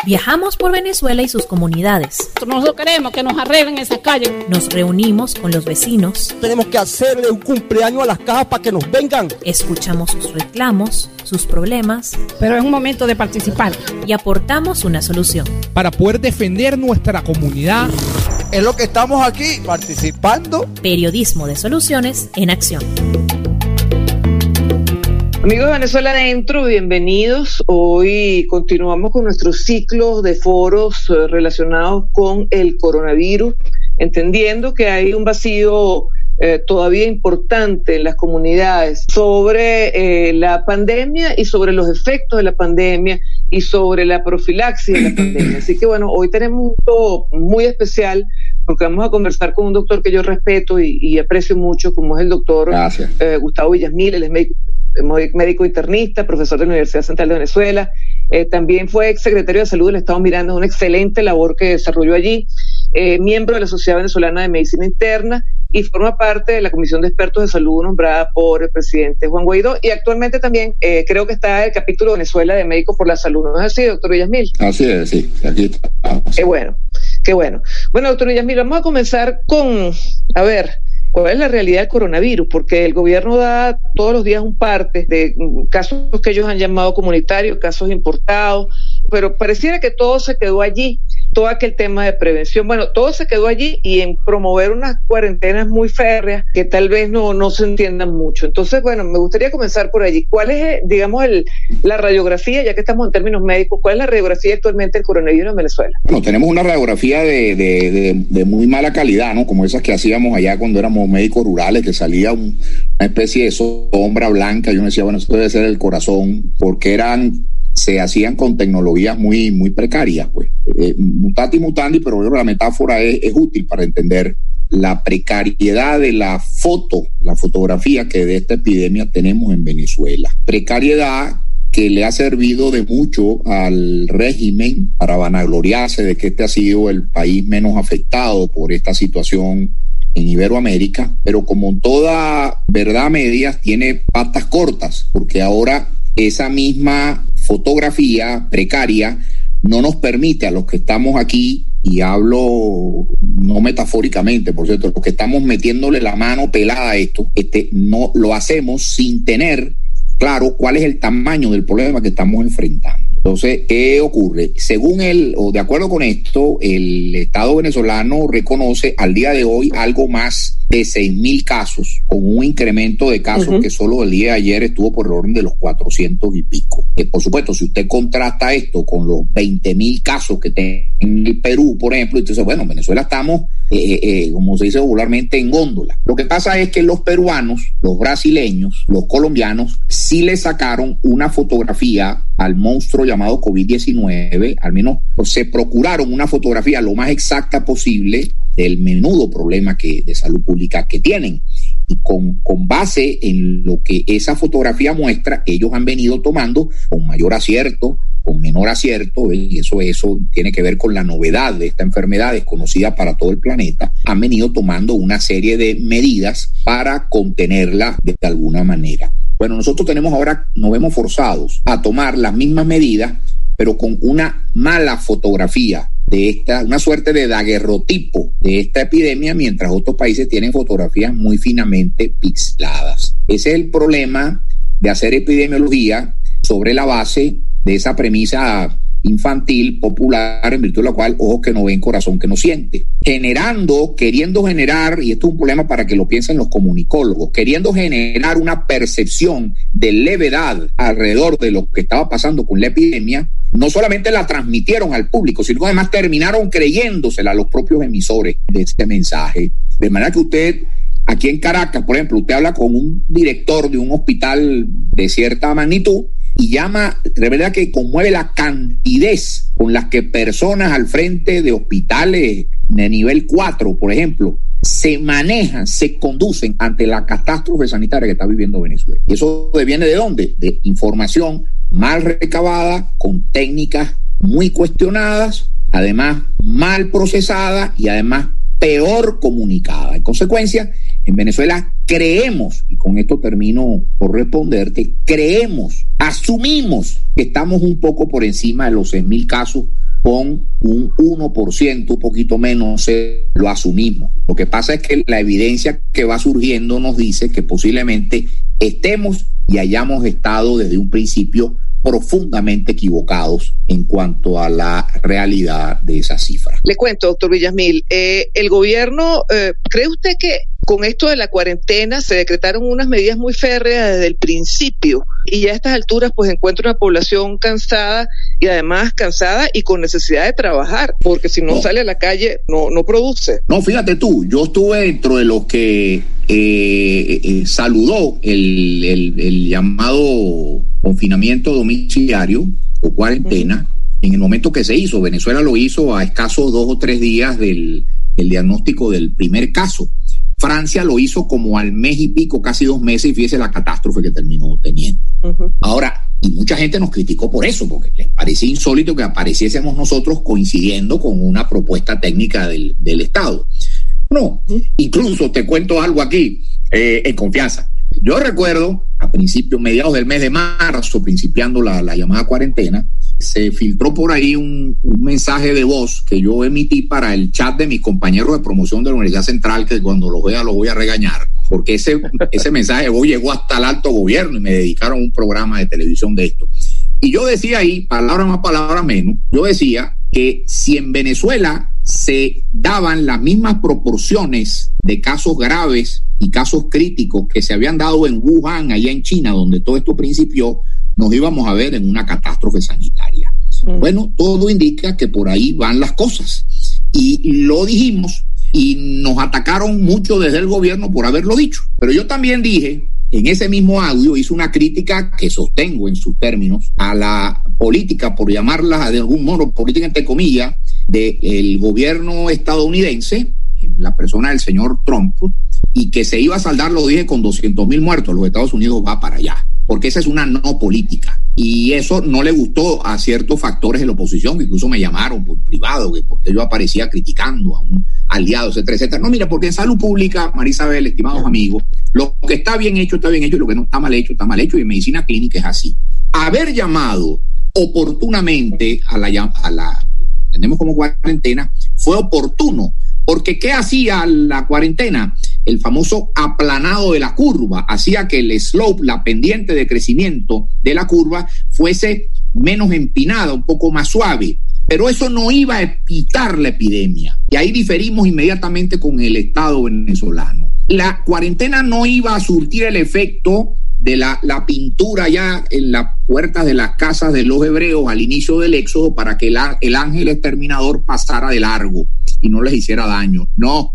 Viajamos por Venezuela y sus comunidades. Nosotros queremos que nos arreglen esa calle. Nos reunimos con los vecinos. Tenemos que hacerle un cumpleaños a las cajas para que nos vengan. Escuchamos sus reclamos, sus problemas. Pero es un momento de participar. Y aportamos una solución. Para poder defender nuestra comunidad. Es lo que estamos aquí, participando. Periodismo de soluciones en acción. Amigos de Venezuela Adentro, bienvenidos. Hoy continuamos con nuestros ciclos de foros relacionados con el coronavirus, entendiendo que hay un vacío todavía importante en las comunidades sobre la pandemia y sobre los efectos de la pandemia y sobre la profilaxis de la pandemia. Así que bueno, hoy tenemos un punto muy especial porque vamos a conversar con un doctor que yo respeto y aprecio mucho, como es el doctor Gustavo Villasmil. Él es médico internista, profesor de la Universidad Central de Venezuela, también fue exsecretario de Salud del Estado Miranda, una excelente labor que desarrolló allí, miembro de la Sociedad Venezolana de Medicina Interna y forma parte de la Comisión de Expertos de Salud nombrada por el presidente Juan Guaidó, y actualmente también creo que está el capítulo Venezuela de Médicos por la Salud, ¿no es así, doctor Villasmil? Así es, sí, aquí estamos. Qué bueno. Bueno, doctor Villasmil, vamos a comenzar con, ¿cuál es la realidad del coronavirus? Porque el gobierno da todos los días un parte de casos que ellos han llamado comunitarios, casos importados, pero pareciera que todo se quedó allí, todo aquel tema de prevención, todo se quedó allí y en promover unas cuarentenas muy férreas que tal vez no se entiendan mucho. Entonces, me gustaría comenzar por allí. ¿Cuál es, la radiografía, ya que estamos en términos médicos, cuál es la radiografía actualmente del coronavirus en Venezuela? Bueno, tenemos una radiografía de muy mala calidad, ¿no? Como esas que hacíamos allá cuando éramos médicos rurales, que salía una especie de sombra blanca y uno decía, esto debe ser el corazón, porque se hacían con tecnologías muy, muy precarias, pues. Mutati mutandi, pero la metáfora es útil para entender la precariedad de la fotografía que de esta epidemia tenemos en Venezuela. Precariedad que le ha servido de mucho al régimen para vanagloriarse de que este ha sido el país menos afectado por esta situación en Iberoamérica, pero como toda verdad a medias tiene patas cortas, porque ahora esa misma fotografía precaria no nos permite a los que estamos aquí, y hablo no metafóricamente, por cierto, los que estamos metiéndole la mano pelada a esto, no lo hacemos sin tener claro cuál es el tamaño del problema que estamos enfrentando. Entonces, ¿qué ocurre? Según de acuerdo con esto, el Estado venezolano reconoce al día de hoy algo más de 6,000 casos, con un incremento de casos que solo el día de ayer estuvo por el orden de los 400 y pico. Por supuesto, si usted contrasta esto con los 20,000 casos que tiene el Perú, por ejemplo, entonces, en Venezuela estamos, como se dice popularmente, en góndola. Lo que pasa es que los peruanos, los brasileños, los colombianos, sí le sacaron una fotografía al monstruo llamado COVID-19, al menos se procuraron una fotografía lo más exacta posible del menudo problema de salud pública que tienen. Y con base en lo que esa fotografía muestra, ellos han venido tomando con mayor acierto, con menor acierto, y eso tiene que ver con la novedad de esta enfermedad desconocida para todo el planeta. Han venido tomando una serie de medidas para contenerla de alguna manera. Nosotros nos vemos forzados a tomar las mismas medidas, pero con una mala fotografía de una suerte de daguerrotipo de esta epidemia, mientras otros países tienen fotografías muy finamente pixeladas. Ese es el problema de hacer epidemiología sobre la base de esa premisa infantil, popular, en virtud de la cual ojos que no ven, corazón que no siente. Queriendo generar, y esto es un problema para que lo piensen los comunicólogos, queriendo generar una percepción de levedad alrededor de lo que estaba pasando con la epidemia, no solamente la transmitieron al público, sino además terminaron creyéndosela a los propios emisores de este mensaje. De manera que usted, aquí en Caracas, por ejemplo, usted habla con un director de un hospital de cierta magnitud y de verdad que conmueve la candidez con las que personas al frente de hospitales de nivel 4, por ejemplo, se manejan, se conducen ante la catástrofe sanitaria que está viviendo Venezuela. ¿Y eso viene de dónde? De información mal recabada, con técnicas muy cuestionadas, además mal procesada y además peor comunicada. En consecuencia, en Venezuela creemos, y con esto termino por responderte, asumimos que estamos un poco por encima de los 6,000 casos con un 1%, un poquito menos, lo asumimos. Lo que pasa es que la evidencia que va surgiendo nos dice que posiblemente estemos y hayamos estado desde un principio profundamente equivocados en cuanto a la realidad de esa cifra. Le cuento, doctor Villasmil, el gobierno, ¿cree usted que con esto de la cuarentena se decretaron unas medidas muy férreas desde el principio y ya a estas alturas pues encuentra una población cansada y además cansada y con necesidad de trabajar, porque si no sale a la calle no produce? No, fíjate tú, yo estuve dentro de los que saludó el llamado confinamiento domiciliario o cuarentena en el momento que se hizo. Venezuela lo hizo a escasos 2 o 3 días del diagnóstico del primer caso. Francia lo hizo como al mes y pico, casi 2 meses, y fíjese la catástrofe que terminó teniendo. Ahora, y mucha gente nos criticó por eso, porque les parecía insólito que apareciésemos nosotros coincidiendo con una propuesta técnica del Estado. No, incluso te cuento algo aquí, en confianza. Yo recuerdo, a principios, mediados del mes de marzo, principiando la llamada cuarentena, se filtró por ahí un mensaje de voz que yo emití para el chat de mis compañeros de promoción de la Universidad Central, que cuando los vea los voy a regañar, porque ese mensaje de voz llegó hasta el alto gobierno y me dedicaron un programa de televisión de esto. Y yo decía ahí, palabra más, palabra menos, yo decía que si en Venezuela se daban las mismas proporciones de casos graves y casos críticos que se habían dado en Wuhan, allá en China, donde todo esto principió, nos íbamos a ver en una catástrofe sanitaria. Bueno, todo indica que por ahí van las cosas. Y lo dijimos y nos atacaron mucho desde el gobierno por haberlo dicho. Pero yo también dije, en ese mismo audio, hice una crítica que sostengo en sus términos a la política, por llamarla de algún modo, política entre comillas, del gobierno estadounidense, en la persona del señor Trump, y que se iba a saldar, lo dije, con 200,000 muertos. Los Estados Unidos va para allá, porque esa es una no política. Y eso no le gustó a ciertos factores de la oposición, que incluso me llamaron por privado, que porque yo aparecía criticando a un aliado, etcétera, etcétera. No, mira, porque en salud pública, María Isabel, estimados amigos, lo que está bien hecho, y lo que no está mal hecho, y en medicina clínica es así. Haber llamado oportunamente a la entendemos como cuarentena, fue oportuno, porque ¿qué hacía la cuarentena? El famoso aplanado de la curva, hacía que el slope, la pendiente de crecimiento de la curva, fuese menos empinada, un poco más suave. Pero eso no iba a evitar la epidemia. Y ahí diferimos inmediatamente con el Estado venezolano. La cuarentena no iba a surtir el efecto de la pintura ya en las puertas de las casas de los hebreos al inicio del éxodo para que el ángel exterminador pasara de largo y no les hiciera daño. No,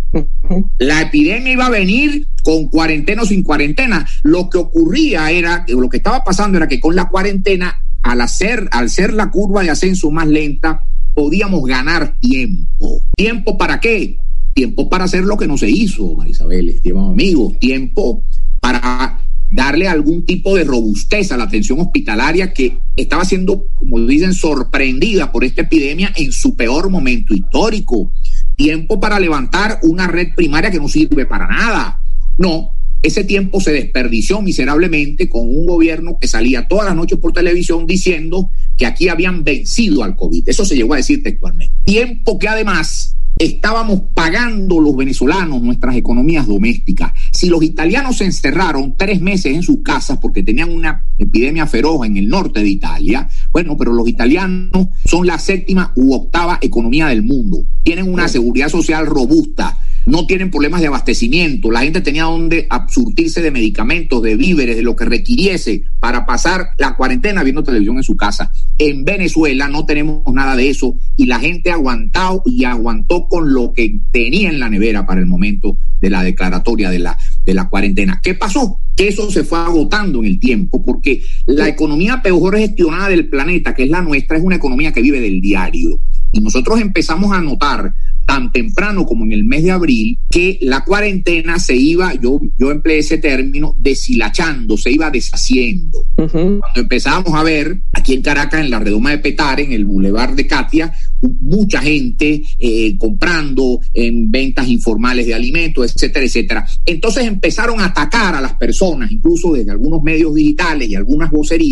la epidemia iba a venir con cuarentena o sin cuarentena. Lo que ocurría era, lo que estaba pasando era que con la cuarentena, al ser la curva de ascenso más lenta, podíamos ganar tiempo. ¿Tiempo para qué? Tiempo para hacer lo que no se hizo, María Isabel, estimados amigos. Tiempo para darle algún tipo de robustez a la atención hospitalaria que estaba siendo, como dicen, sorprendida por esta epidemia en su peor momento histórico. Tiempo para levantar una red primaria que no sirve para nada. No, ese tiempo se desperdició miserablemente con un gobierno que salía todas las noches por televisión diciendo que aquí habían vencido al COVID. Eso se llegó a decir textualmente. Tiempo que además estábamos pagando los venezolanos nuestras economías domésticas. Si los italianos se encerraron 3 meses en sus casas porque tenían una epidemia feroz en el norte de Italia, bueno, pero los italianos son la 7ª u 8ª economía del mundo. Tienen una seguridad social robusta, no tienen problemas de abastecimiento, la gente tenía donde surtirse de medicamentos, de víveres, de lo que requiriese para pasar la cuarentena viendo televisión en su casa. En Venezuela no tenemos nada de eso y la gente ha aguantado y aguantó con lo que tenía en la nevera para el momento de la declaratoria de la cuarentena. ¿Qué pasó? Que eso se fue agotando en el tiempo, porque la economía peor gestionada del planeta, que es la nuestra, es una economía que vive del diario. Y nosotros empezamos a notar tan temprano como en el mes de abril que la cuarentena se iba, yo empleé ese término, deshilachando, se iba deshaciendo. Cuando empezábamos a ver aquí en Caracas, en la redoma de Petare, en el Boulevard de Katia, mucha gente comprando en ventas informales de alimentos, etcétera, etcétera. Entonces empezaron a atacar a las personas, incluso desde algunos medios digitales y algunas vocerías,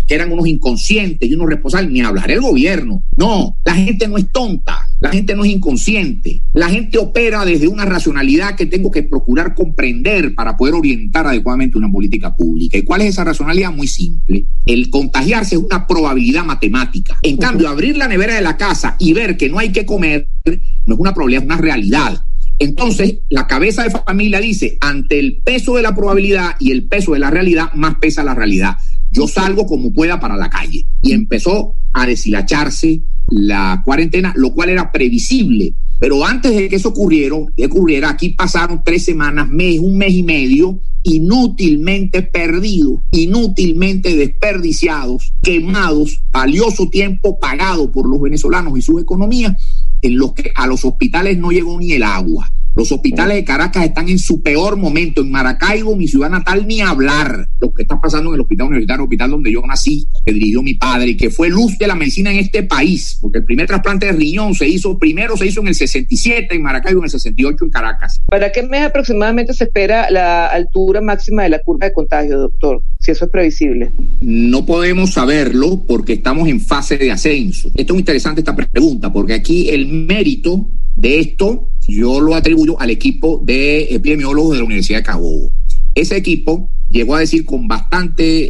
que eran unos inconscientes y unos responsables, ni hablar el gobierno. No, la gente no es tonta, la gente no es inconsciente, la gente opera desde una racionalidad que tengo que procurar comprender para poder orientar adecuadamente una política pública. ¿Y cuál es esa racionalidad? Muy simple. El contagiarse es una probabilidad matemática. En cambio, abrir la nevera de la casa y ver que no hay que comer no es una probabilidad, es una realidad. Entonces, la cabeza de familia dice, ante el peso de la probabilidad y el peso de la realidad, más pesa la realidad. Yo salgo como pueda para la calle. Y empezó a deshilacharse la cuarentena, lo cual era previsible. Pero antes de que eso ocurriera, aquí pasaron 3 semanas, un mes y medio, inútilmente perdidos, inútilmente desperdiciados, quemados, valioso tiempo pagado por los venezolanos y sus economías, en los que a los hospitales no llegó ni el agua. Los hospitales de Caracas están en su peor momento. En Maracaibo, mi ciudad natal, ni hablar. Lo que está pasando en el hospital universitario, hospital donde yo nací, que dirigió mi padre y que fue luz de la medicina en este país, porque el primer trasplante de riñón primero se hizo en el 67 en Maracaibo, en el 68 en Caracas. ¿Para qué mes aproximadamente se espera la altura máxima de la curva de contagio, doctor? Si eso es previsible. No podemos saberlo porque estamos en fase de ascenso. Esto es muy interesante esta pregunta, porque aquí el mérito de esto yo lo atribuyo al equipo de epidemiólogos de la Universidad de Carabobo. Ese equipo llegó a predecir con bastante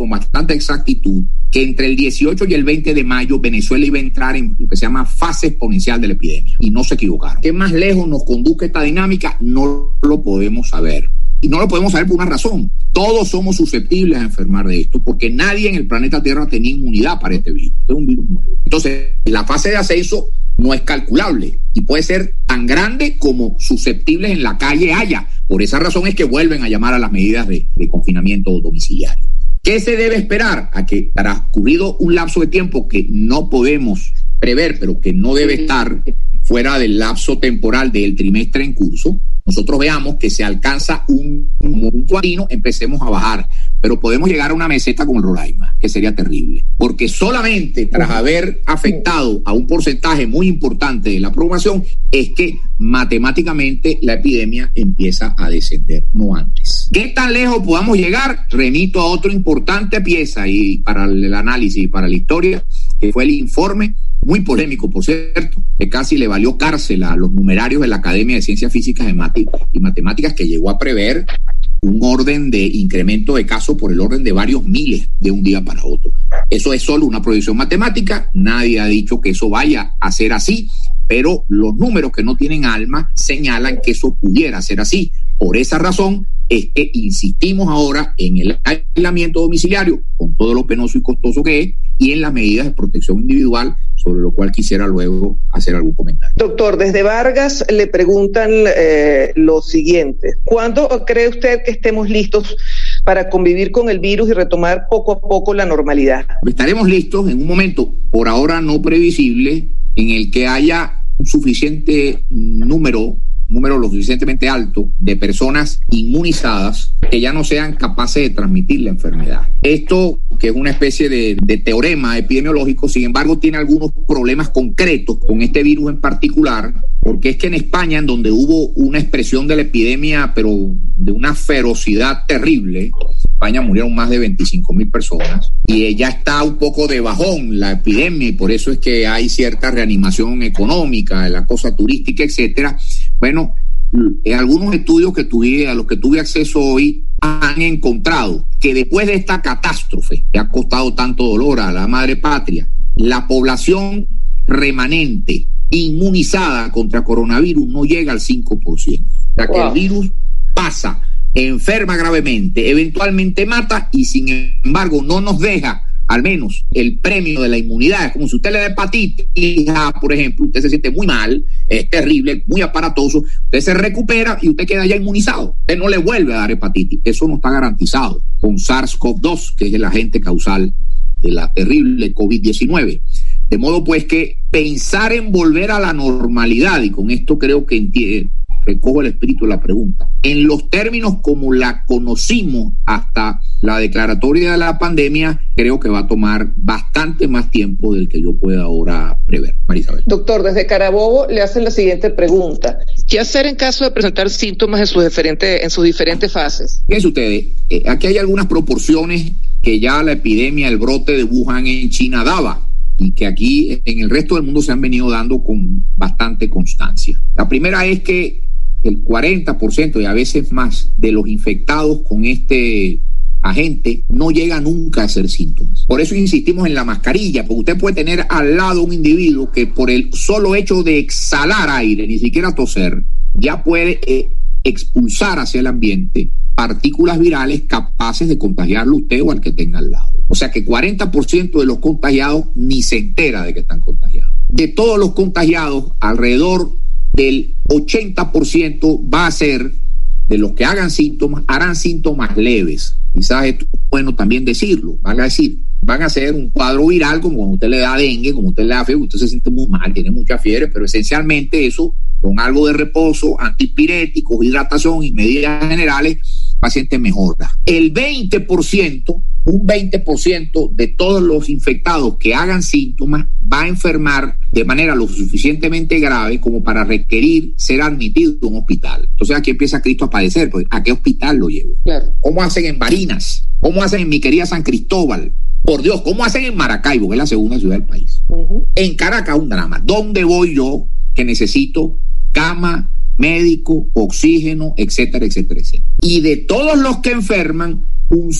exactitud que entre el 18 y el 20 de mayo Venezuela iba a entrar en lo que se llama fase exponencial de la epidemia. Y no se equivocaron. ¿Qué más lejos nos conduzca esta dinámica? No lo podemos saber. Y no lo podemos saber por una razón. Todos somos susceptibles a enfermar de esto porque nadie en el planeta Tierra tenía inmunidad para este virus. Este es un virus nuevo. Entonces, la fase de ascenso no es calculable y puede ser tan grande como susceptibles en la calle haya. Por esa razón es que vuelven a llamar a las medidas de confinamiento domiciliario. ¿Qué se debe esperar? A que transcurrido un lapso de tiempo que no podemos prever, pero que no debe estar fuera del lapso temporal del trimestre en curso, nosotros veamos que se alcanza un cuadrino, empecemos a bajar, pero podemos llegar a una meseta como el Roraima, que sería terrible, porque solamente tras haber afectado a un porcentaje muy importante de la población es que matemáticamente la epidemia empieza a descender, no antes. ¿Qué tan lejos podamos llegar? Remito a otra importante pieza y para el análisis y para la historia, que fue el informe muy polémico, por cierto, que casi le valió cárcel a los numerarios de la Academia de Ciencias Físicas y Matemáticas, que llegó a prever un orden de incremento de casos por el orden de varios miles de un día para otro. Eso es solo una proyección matemática, nadie ha dicho que eso vaya a ser así, pero los números que no tienen alma señalan que eso pudiera ser así. Por esa razón es que insistimos ahora en el aislamiento domiciliario, con todo lo penoso y costoso que es, y en las medidas de protección individual, sobre lo cual quisiera luego hacer algún comentario. Doctor, desde Vargas le preguntan lo siguiente. ¿Cuándo cree usted que estemos listos para convivir con el virus y retomar poco a poco la normalidad? Estaremos listos en un momento, por ahora no previsible, en el que haya un suficiente número lo suficientemente alto de personas inmunizadas que ya no sean capaces de transmitir la enfermedad. Esto, que es una especie de teorema epidemiológico, sin embargo, tiene algunos problemas concretos con este virus en particular, porque es que en España, en donde hubo una expresión de la epidemia, pero de una ferocidad terrible, en España murieron más de 25,000 personas, y ya está un poco de bajón la epidemia, y por eso es que hay cierta reanimación económica, la cosa turística, etcétera. Bueno, algunos estudios a los que tuve acceso hoy han encontrado que después de esta catástrofe que ha costado tanto dolor a la madre patria, la población remanente inmunizada contra coronavirus no llega al 5%. O sea que el virus pasa, enferma gravemente, eventualmente mata y sin embargo no nos deja al menos el premio de la inmunidad. Es como si usted le da hepatitis, por ejemplo, usted se siente muy mal, es terrible, muy aparatoso, usted se recupera y usted queda ya inmunizado. Usted no le vuelve a dar hepatitis. Eso no está garantizado con SARS-CoV-2, que es el agente causal de la terrible COVID-19. De modo pues que pensar en volver a la normalidad, y con esto creo que recojo el espíritu de la pregunta, en los términos como la conocimos hasta la declaratoria de la pandemia, creo que va a tomar bastante más tiempo del que yo pueda ahora prever. María Isabel. Doctor, desde Carabobo le hacen la siguiente pregunta. ¿Qué hacer en caso de presentar síntomas en sus diferentes fases? Fíjense ustedes, aquí hay algunas proporciones que ya la epidemia, el brote de Wuhan en China daba, y que aquí en el resto del mundo se han venido dando con bastante constancia. La primera es que el 40% y a veces más de los infectados con este agente no llega nunca a hacer síntomas. Por eso insistimos en la mascarilla, porque usted puede tener al lado un individuo que por el solo hecho de exhalar aire, ni siquiera toser, ya puede expulsar hacia el ambiente partículas virales capaces de contagiarlo usted o al que tenga al lado. O sea que 40% de los contagiados ni se entera de que están contagiados. De todos los contagiados, alrededor del 80% va a ser de los que harán síntomas leves. Quizás esto es bueno también decirlo. Van a ser un cuadro viral, como cuando usted le da dengue, como usted le da fiebre, usted se siente muy mal, tiene mucha fiebre, pero esencialmente eso, con algo de reposo, antipiréticos, hidratación y medidas generales, el paciente mejora. El 20%, un 20% de todos los infectados que hagan síntomas va a enfermar de manera lo suficientemente grave como para requerir ser admitido en un hospital. Entonces aquí empieza Cristo a padecer, pues ¿a qué hospital lo llevo? Claro. ¿Cómo hacen en Barinas? ¿Cómo hacen en mi querida San Cristóbal? Por Dios, ¿cómo hacen en Maracaibo, que es la segunda ciudad del país? En Caracas un drama. ¿Dónde voy yo que necesito cama, médico, oxígeno, etcétera, etcétera, etcétera? Y de todos los que enferman, un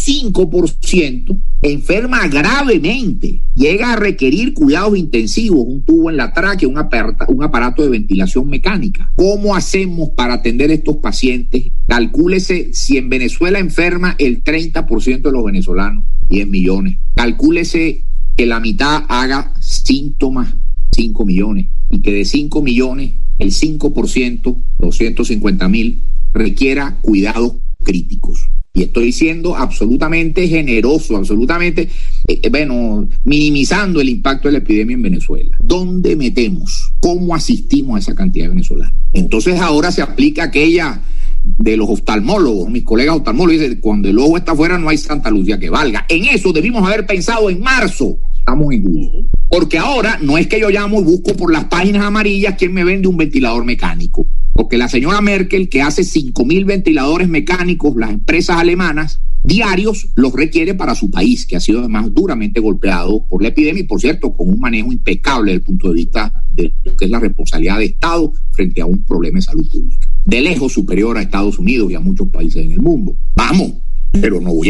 5% enferma gravemente, llega a requerir cuidados intensivos, un tubo en la tráquea, un aparato de ventilación mecánica. ¿Cómo hacemos para atender a estos pacientes? Calcúlese si en Venezuela enferma el 30% de los venezolanos, 10 millones. Calcúlese que la mitad haga síntomas, 5 millones, y que de 5 millones, el 5%, 250,000, requiera cuidados críticos. Y estoy siendo absolutamente generoso, absolutamente, minimizando el impacto de la epidemia en Venezuela. ¿Dónde metemos? ¿Cómo asistimos a esa cantidad de venezolanos? Entonces ahora se aplica aquella de los oftalmólogos, mis colegas oftalmólogos dicen, cuando el ojo está afuera no hay Santa Lucía que valga. En eso debimos haber pensado en marzo. Estamos en julio. Porque ahora no es que yo llamo y busco por las páginas amarillas quién me vende un ventilador mecánico. Porque la señora Merkel, que hace 5,000 ventiladores mecánicos, las empresas alemanas, diarios, los requiere para su país, que ha sido además duramente golpeado por la epidemia y, por cierto, con un manejo impecable desde el punto de vista de lo que es la responsabilidad de Estado frente a un problema de salud pública. De lejos superior a Estados Unidos y a muchos países en el mundo. Vamos, pero no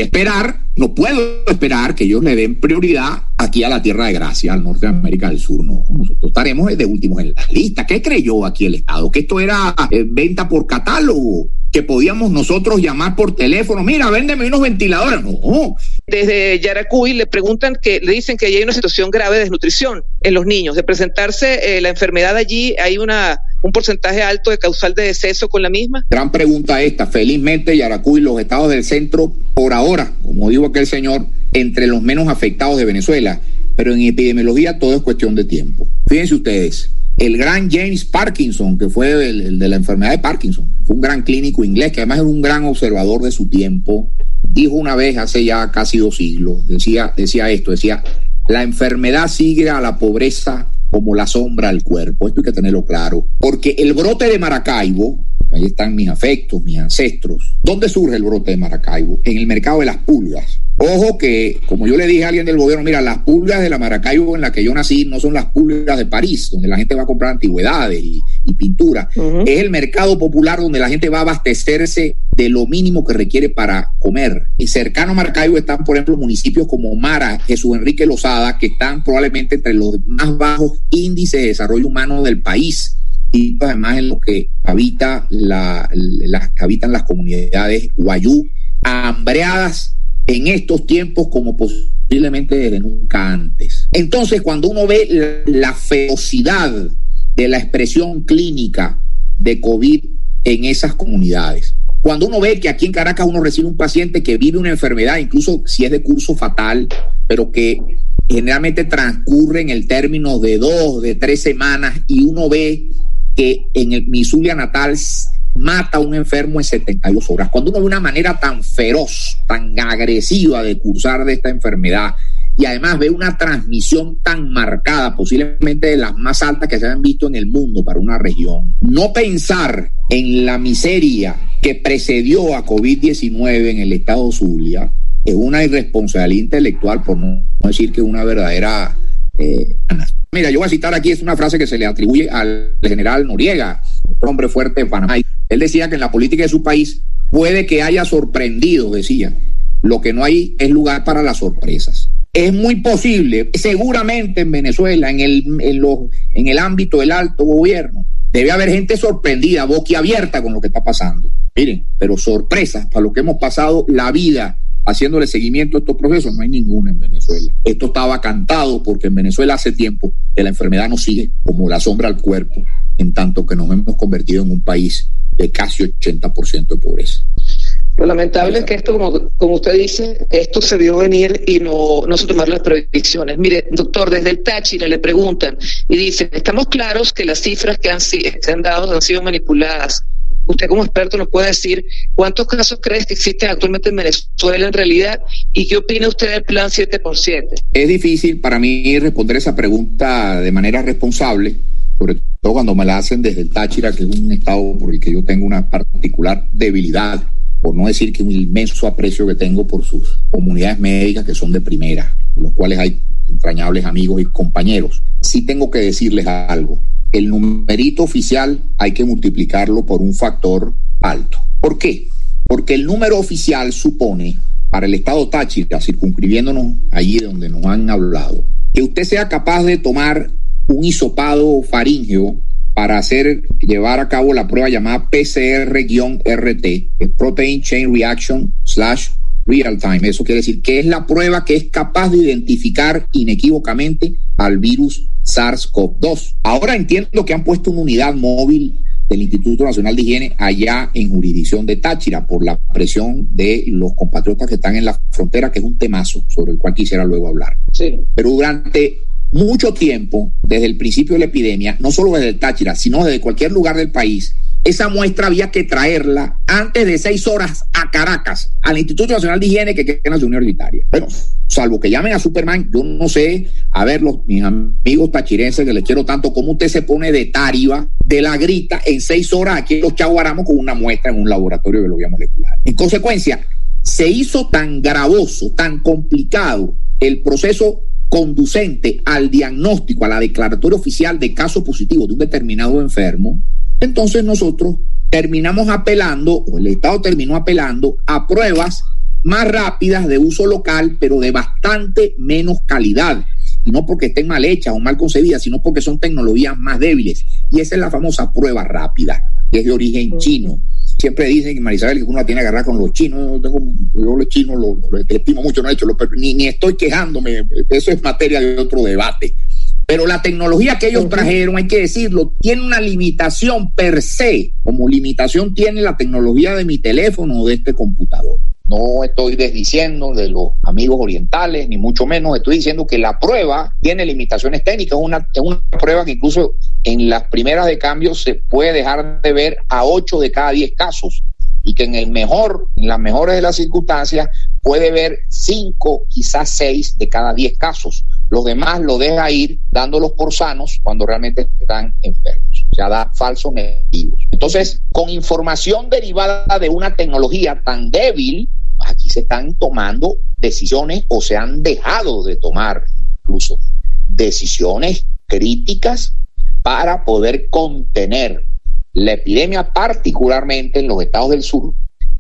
puedo esperar que ellos le den prioridad aquí a la Tierra de Gracia, al norte de América del Sur. No, nosotros estaremos de últimos en la lista. ¿Qué creyó aquí el Estado? ¿Que esto era venta por catálogo? ¿Que podíamos nosotros llamar por teléfono? Mira, véndeme unos ventiladores. No. Desde Yaracuy le dicen que allí hay una situación grave de desnutrición en los niños. De presentarse la enfermedad allí, hay un porcentaje alto de causal de deceso con la misma. Gran pregunta esta. Felizmente Yaracuy, los estados del centro, por ahora, como dijo aquel señor, entre los menos afectados de Venezuela. Pero en epidemiología todo es cuestión de tiempo. Fíjense ustedes, el gran James Parkinson, que fue el de la enfermedad de Parkinson, fue un gran clínico inglés, que además era un gran observador de su tiempo, dijo una vez hace ya casi 2 siglos, decía esto, la enfermedad sigue a la pobreza como la sombra al cuerpo. Esto hay que tenerlo claro, porque el brote de Maracaibo, ahí están mis afectos, mis ancestros. ¿Dónde surge el brote de Maracaibo? En el mercado de las pulgas. Ojo que, como yo le dije a alguien del gobierno, mira, las pulgas de la Maracaibo en la que yo nací no son las pulgas de París, donde la gente va a comprar antigüedades y pintura. Es el mercado popular donde la gente va a abastecerse de lo mínimo que requiere para comer. Y cercano a Maracaibo están, por ejemplo, municipios como Mara, Jesús Enrique Lozada, que están probablemente entre los más bajos índices de desarrollo humano del país. Y además en lo que habitan las comunidades guayú, hambreadas en estos tiempos como posiblemente desde nunca antes. Entonces, cuando uno ve la ferocidad de la expresión clínica de COVID en esas comunidades, cuando uno ve que aquí en Caracas uno recibe un paciente que vive una enfermedad, incluso si es de curso fatal, pero que generalmente transcurre en el término de 2, de 3 semanas, y uno ve que en mi Zulia natal mata a un enfermo en 72 horas. Cuando uno ve una manera tan feroz, tan agresiva de cursar de esta enfermedad, y además ve una transmisión tan marcada, posiblemente de las más altas que se han visto en el mundo para una región, no pensar en la miseria que precedió a COVID-19 en el estado Zulia es una irresponsabilidad intelectual, por no decir que una verdadera... Mira, yo voy a citar aquí, es una frase que se le atribuye al general Noriega, otro hombre fuerte de Panamá. Él decía que en la política de su país puede que haya sorprendido, decía. Lo que no hay es lugar para las sorpresas. Es muy posible, seguramente en Venezuela, en el ámbito del alto gobierno, debe haber gente sorprendida, boquiabierta con lo que está pasando. Miren, pero sorpresas para lo que hemos pasado la vida haciéndole seguimiento a estos procesos, no hay ninguna en Venezuela. Esto estaba cantado porque en Venezuela hace tiempo que la enfermedad nos sigue como la sombra al cuerpo, en tanto que nos hemos convertido en un país de casi 80% de pobreza. Lo lamentable es que esto, como usted dice, esto se vio venir y no se tomaron las predicciones. Mire, doctor, desde el Táchira le preguntan y dicen, estamos claros que las cifras que se han dado han sido manipuladas. Usted como experto nos puede decir cuántos casos crees que existen actualmente en Venezuela en realidad y qué opina usted del plan 7x7. Es difícil para mí responder esa pregunta de manera responsable, sobre todo cuando me la hacen desde el Táchira, que es un estado por el que yo tengo una particular debilidad, por no decir que un inmenso aprecio que tengo por sus comunidades médicas que son de primera, en los cuales hay entrañables amigos y compañeros. Sí tengo que decirles algo. El numerito oficial hay que multiplicarlo por un factor alto. ¿Por qué? Porque el número oficial supone, para el estado Táchira, circunscribiéndonos allí donde nos han hablado, que usted sea capaz de tomar un hisopado faríngeo para llevar a cabo la prueba llamada PCR-RT, Protein Chain Reaction / Real Time. Eso quiere decir que es la prueba que es capaz de identificar inequívocamente al virus SARS-CoV-2. Ahora entiendo que han puesto una unidad móvil del Instituto Nacional de Higiene allá en jurisdicción de Táchira por la presión de los compatriotas que están en la frontera, que es un temazo sobre el cual quisiera luego hablar. Sí. Pero durante mucho tiempo, desde el principio de la epidemia, no solo desde el Táchira, sino desde cualquier lugar del país, esa muestra había que traerla antes de 6 horas a Caracas, al Instituto Nacional de Higiene que queda en la Ciudad Universitaria. Bueno, salvo que llamen a Superman, yo no sé, a ver, mis amigos tachirenses que les quiero tanto, cómo usted se pone de Táriba, de la grita, en 6 horas aquí en los Chaguaramos con una muestra en un laboratorio de biología molecular. En consecuencia, se hizo tan gravoso, tan complicado el proceso conducente al diagnóstico, a la declaratoria oficial de caso positivo de un determinado enfermo. Entonces nosotros terminamos apelando, o el Estado terminó apelando a pruebas más rápidas de uso local, pero de bastante menos calidad. Y no porque estén mal hechas o mal concebidas, sino porque son tecnologías más débiles. Y esa es la famosa prueba rápida, que es de origen chino. Siempre dicen, Marisabel, que uno la tiene que agarrar con los chinos. Yo los chinos los estimo mucho, no he hecho, ni estoy quejándome. Eso es materia de otro debate. Pero la tecnología que ellos trajeron, hay que decirlo, tiene una limitación per se, como limitación tiene la tecnología de mi teléfono o de este computador. No estoy desdiciendo de los amigos orientales, ni mucho menos. Estoy diciendo que la prueba tiene limitaciones técnicas. Es una prueba que incluso en las primeras de cambio se puede dejar de ver a 8 de cada 10 casos. Y que en las mejores de las circunstancias puede ver 5, quizás 6 de cada 10 casos. Los demás lo deja ir dándolos por sanos cuando realmente están enfermos. O sea, da falsos negativos. Entonces, con información derivada de una tecnología tan débil, aquí se están tomando decisiones o se han dejado de tomar incluso decisiones críticas para poder contener la epidemia, particularmente en los estados del sur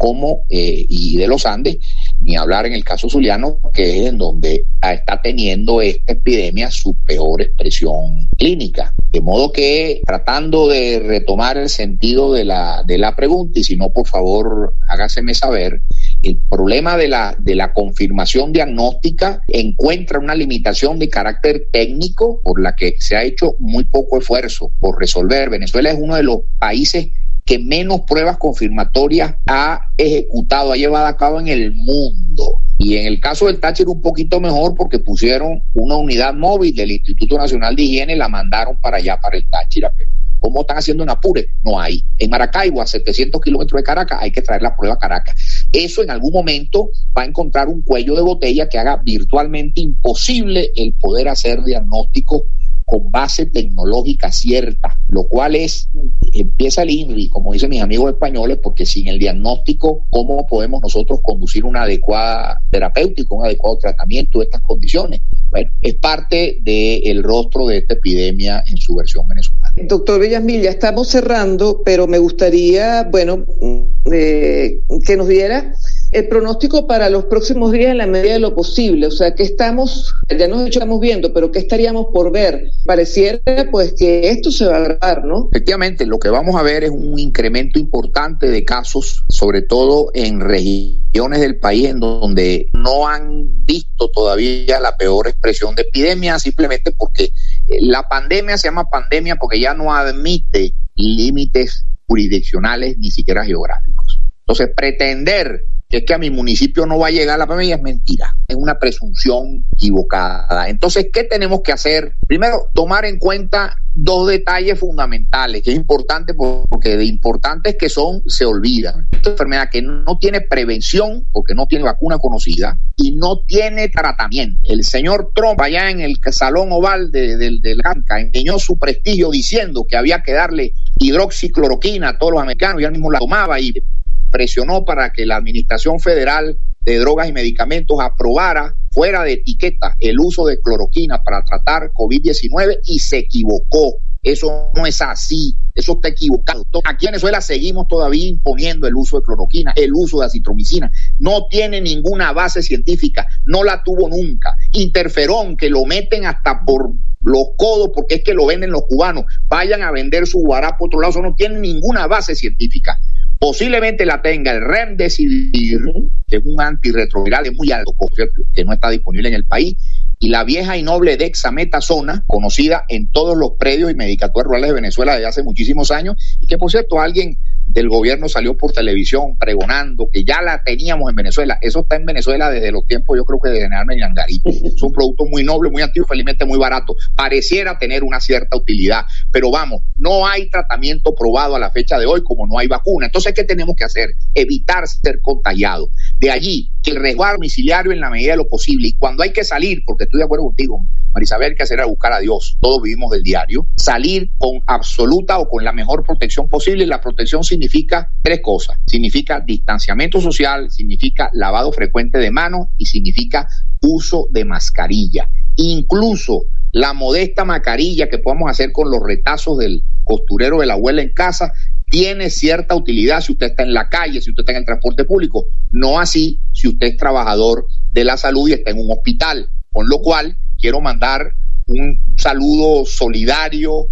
y de los Andes, ni hablar en el caso zuliano, que es en donde está teniendo esta epidemia su peor expresión clínica. De modo que, tratando de retomar el sentido de la pregunta, y si no, por favor, hágaseme saber, el problema de la confirmación diagnóstica encuentra una limitación de carácter técnico por la que se ha hecho muy poco esfuerzo por resolver. Venezuela es uno de los países que menos pruebas confirmatorias ha ejecutado, ha llevado a cabo en el mundo. Y en el caso del Táchira un poquito mejor porque pusieron una unidad móvil del Instituto Nacional de Higiene, la mandaron para allá, para el Táchira, pero ¿cómo están haciendo en Apure? No hay. En Maracaibo, a 700 kilómetros de Caracas, hay que traer la prueba a Caracas. Eso en algún momento va a encontrar un cuello de botella que haga virtualmente imposible el poder hacer diagnósticos con base tecnológica cierta, lo cual empieza el INRI, como dicen mis amigos españoles, porque sin el diagnóstico, ¿cómo podemos nosotros conducir una adecuada terapéutica, un adecuado tratamiento de estas condiciones? Bueno, es parte del rostro de esta epidemia en su versión venezolana. Doctor Villamil, ya estamos cerrando, pero me gustaría, que nos diera el pronóstico para los próximos días en la medida de lo posible. O sea, ¿qué estamos viendo, pero qué estaríamos por ver? Pareciera pues que esto se va a agravar, ¿no? Efectivamente, lo que vamos a ver es un incremento importante de casos, sobre todo en regiones del país en donde no han visto todavía la peor expresión de epidemia, simplemente porque la pandemia se llama pandemia porque ya no admite límites jurisdiccionales ni siquiera geográficos. Entonces, pretender que es que a mi municipio no va a llegar la pandemia es mentira, es una presunción equivocada. Entonces, ¿qué tenemos que hacer? Primero, tomar en cuenta dos detalles fundamentales, que es importante porque de importantes que son, se olvidan. Esta enfermedad que no tiene prevención, porque no tiene vacuna conocida, y no tiene tratamiento. El señor Trump, allá en el Salón Oval de la CANCA, empeñó su prestigio diciendo que había que darle hidroxicloroquina a todos los americanos, y él mismo la tomaba y presionó para que la Administración Federal de Drogas y Medicamentos aprobara fuera de etiqueta el uso de cloroquina para tratar COVID-19 y se equivocó. Eso no es así, eso está equivocado. Aquí en Venezuela seguimos todavía imponiendo el uso de cloroquina, el uso de acitromicina. No tiene ninguna base científica, no la tuvo nunca. Interferón, que lo meten hasta por los codos porque es que lo venden los cubanos. Vayan a vender su guará por otro lado, eso no tiene ninguna base científica. Posiblemente la tenga el Remdesivir, que es un antirretroviral de muy alto costo, que no está disponible en el país, y la vieja y noble dexametasona, conocida en todos los predios y medicaturas rurales de Venezuela desde hace muchísimos años, y que, por cierto, alguien del gobierno salió por televisión pregonando que ya la teníamos en Venezuela. Eso está en Venezuela desde los tiempos, yo creo que de General Menangarito. Es un producto muy noble, muy antiguo, felizmente muy barato. Pareciera tener una cierta utilidad, pero vamos, no hay tratamiento probado a la fecha de hoy, como no hay vacuna. Entonces, ¿qué tenemos que hacer? Evitar ser contagiados. De allí, que el resguardo domiciliario en la medida de lo posible, y cuando hay que salir, porque estoy de acuerdo contigo, Marisabel, que hacer era buscar a Dios. Todos vivimos del diario. Salir con absoluta o con la mejor protección posible. La protección significa tres cosas. Significa distanciamiento social, significa lavado frecuente de manos y significa uso de mascarilla. Incluso la modesta mascarilla que podamos hacer con los retazos del costurero de la abuela en casa tiene cierta utilidad si usted está en la calle, si usted está en el transporte público. No así si usted es trabajador de la salud y está en un hospital. Con lo cual, quiero mandar un saludo solidario,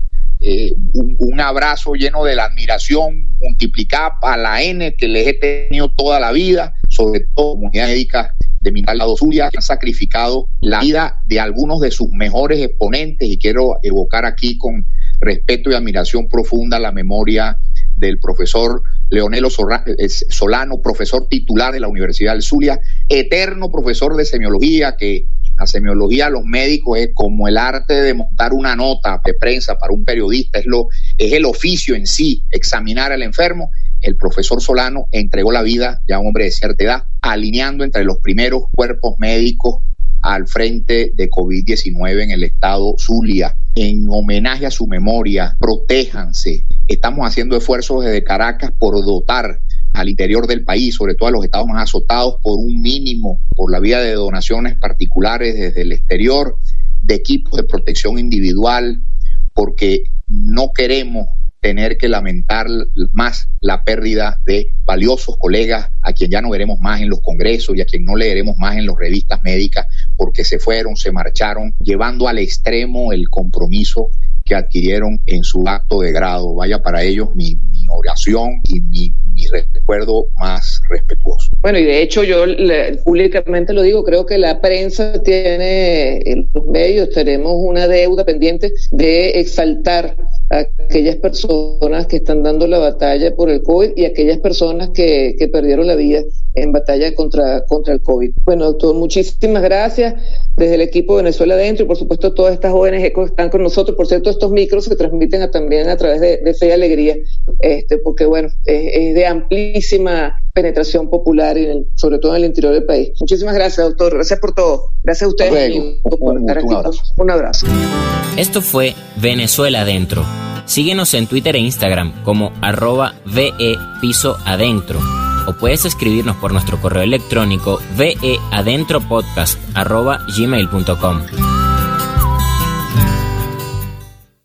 un abrazo lleno de la admiración multiplicada a la N que les he tenido toda la vida, sobre todo comunidad médica de mi lado Zulia, que han sacrificado la vida de algunos de sus mejores exponentes, y quiero evocar aquí con respeto y admiración profunda la memoria del profesor Leonelo Solano, profesor titular de la Universidad del Zulia, eterno profesor de semiología, que la semiología a los médicos es como el arte de montar una nota de prensa para un periodista, es el oficio en sí, examinar al enfermo. El profesor Solano entregó la vida, ya un hombre de cierta edad, alineando entre los primeros cuerpos médicos al frente de COVID-19 en el estado Zulia. En homenaje a su memoria, protéjanse. Estamos haciendo esfuerzos desde Caracas por dotar al interior del país, sobre todo a los estados más azotados, por un mínimo, por la vía de donaciones particulares desde el exterior, de equipos de protección individual, porque no queremos tener que lamentar más la pérdida de valiosos colegas a quien ya no veremos más en los congresos y a quien no leeremos más en las revistas médicas, porque se fueron, se marcharon, llevando al extremo el compromiso que adquirieron en su acto de grado. Vaya para ellos mi oración y mi recuerdo más respetuoso. Bueno, y de hecho yo públicamente lo digo, creo que la prensa tiene, en los medios tenemos una deuda pendiente de exaltar a aquellas personas que están dando la batalla por el COVID y aquellas personas que perdieron la vida en batalla contra el COVID. Bueno, doctor, muchísimas gracias desde el equipo de Venezuela Adentro y por supuesto todas estas ONG que están con nosotros. Por cierto, estos micros se transmiten también a través de Fe y Alegría, porque bueno, es de amplísima penetración popular y sobre todo en el interior del país. Muchísimas gracias, doctor. Gracias por todo. Gracias a ustedes amigos, por estar aquí. Un abrazo. Esto fue Venezuela Adentro. Síguenos en Twitter e Instagram como @VE_Adentro. O puedes escribirnos por nuestro correo electrónico veadentropodcast@gmail.com.